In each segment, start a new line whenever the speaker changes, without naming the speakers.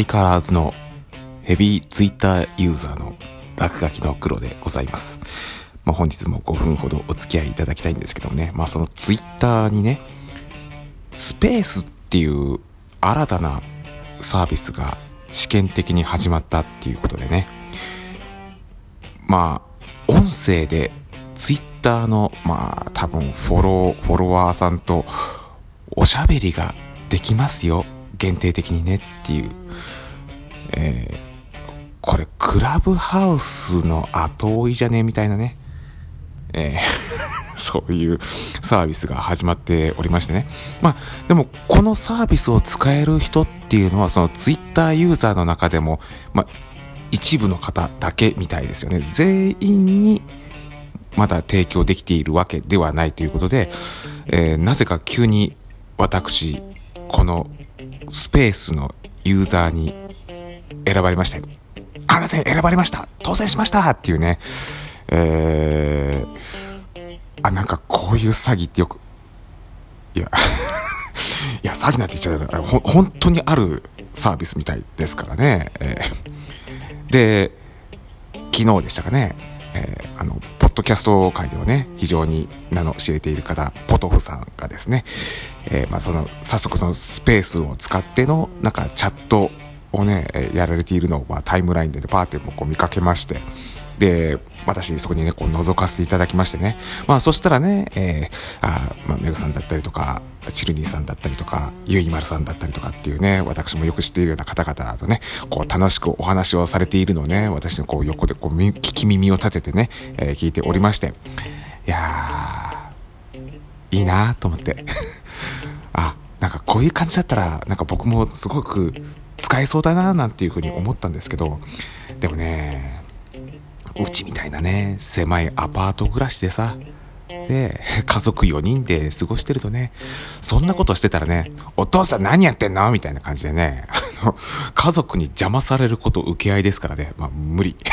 相変わらずのヘビーツイッターユーザーの落書きの黒でございます。本日も5分ほどお付き合いいただきたいんですけどもね、そのツイッターにね、スペースっていう新たなサービスが試験的に始まったっていうことでね、音声でツイッターの多分フォロワーさんとおしゃべりができますよ、限定的にねっていう、これクラブハウスの後追いじゃねみたいなね、そういうサービスが始まっておりましてね。でもこのサービスを使える人っていうのはそのツイッターユーザーの中でも一部の方だけみたいですよね。全員にまだ提供できているわけではないということで、なぜか急に私このスペースのユーザーに選ばれまして、あなたに選ばれました、当選しましたっていうね、なんかこういう詐欺ってよくいや詐欺なんて言っちゃうから本当にあるサービスみたいですからね。で昨日でしたかね、ポッドキャスト界ではね非常に名の知れている方、ポトフさんがですね、早速そのスペースを使ってのなんかチャットをね、やられているのをタイムラインでパーってこう見かけまして、で私そこにねこう覗かせていただきましてね、そしたらね、メグさんだったりとかチルニーさんだったりとかゆいまるさんだったりとかっていうね、私もよく知っているような方々とねこう楽しくお話をされているのをね、私のこう横でこう聞き耳を立ててね、聞いておりまして、いいなと思ってなんかこういう感じだったらなんか僕もすごく使えそうだななんていうふうに思ったんですけど、でもねうちみたいなね狭いアパート暮らしでさ、で家族4人で過ごしてるとね、そんなことしてたらね、お父さん何やってんのみたいな感じでね、家族に邪魔されること受け合いですからね、無理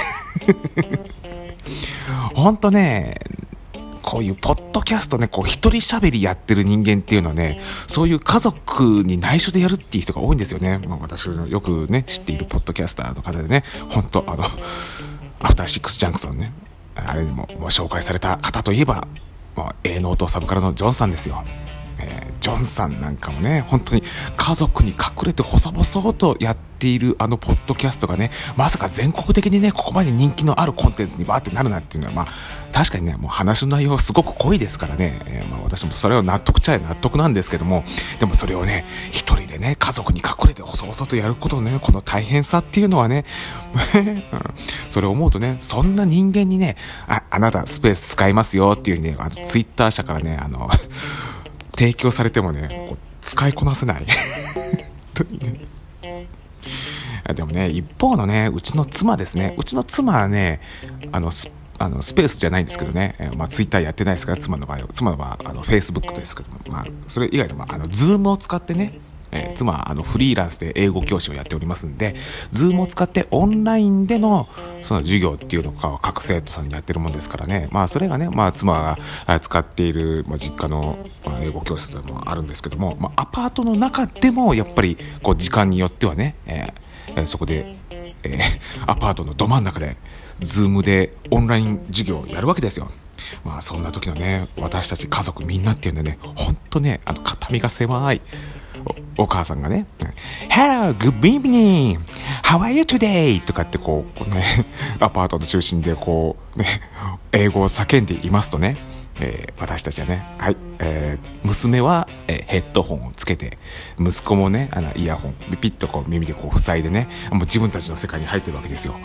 ほんとね、こういうポッドキャストね、こう一人喋りやってる人間っていうのはね、そういう家族に内緒でやるっていう人が多いんですよね。私のよくね知っているポッドキャスターの方でね、ほんとアフターシックスジャンクションね、あれにも紹介された方といえば営農とサブカルのジョンさんですよ。ジョンさんなんかもね本当に家族に隠れて細々とやっているポッドキャストがね、まさか全国的にねここまで人気のあるコンテンツにバーってなるなっていうのは確かにねもう話の内容すごく濃いですからね、私もそれを納得なんですけども、でもそれをね一人でね家族に隠れて細々とやることのねこの大変さっていうのはねそれを思うとね、そんな人間にねあなたスペース使いますよっていうねツイッター社からね提供されてもねこう使いこなせない本当にね。でもね一方のねうちの妻ですね、うちの妻はねスペースじゃないんですけどね、ツイッターやってないですから、妻の場合はフェイスブックですけども、それ以外でもズームを使ってね、妻はフリーランスで英語教師をやっておりますんで、ズームを使ってオンラインでのその授業っていうのを各生徒さんにやってるもんですからね、それがね、妻が使っている、実家の英語教室でもあるんですけども、アパートの中でもやっぱりこう時間によってはね、そこで、アパートのど真ん中でズームでオンライン授業をやるわけですよ。そんな時のね私たち家族みんなっていうのはねほんとね肩身が狭いお母さんがね Hello, good evening, how are you today? とかってこうねアパートの中心でこうね英語を叫んでいますとね、私たちはね娘は、ヘッドホンをつけて、息子もねイヤホンピッとこう耳でこう塞いでね、もう自分たちの世界に入ってるわけですよ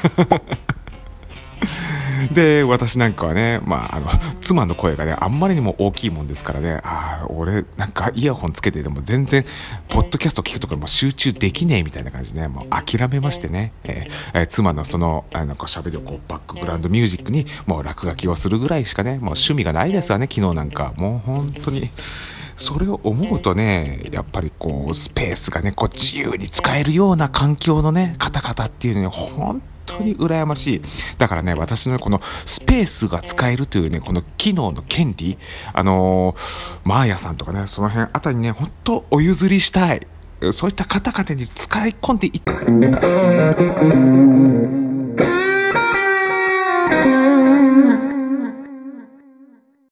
で私なんかはね、妻の声がねあんまりにも大きいもんですからね、俺なんかイヤホンつけてでも全然ポッドキャスト聞くとかも集中できねえみたいな感じでね、もう諦めましてね、妻のその喋りをこうバックグラウンドミュージックにもう落書きをするぐらいしかねもう趣味がないですわね。昨日なんかもう本当にそれを思うとね、やっぱりこうスペースがねこう自由に使えるような環境のね方々っていうのに本当に羨ましい。だからね私のこのスペースが使えるというねこの機能の権利、マーヤさんとかねその辺あたりにね本当お譲りしたい。 そういった方々に使い込んでい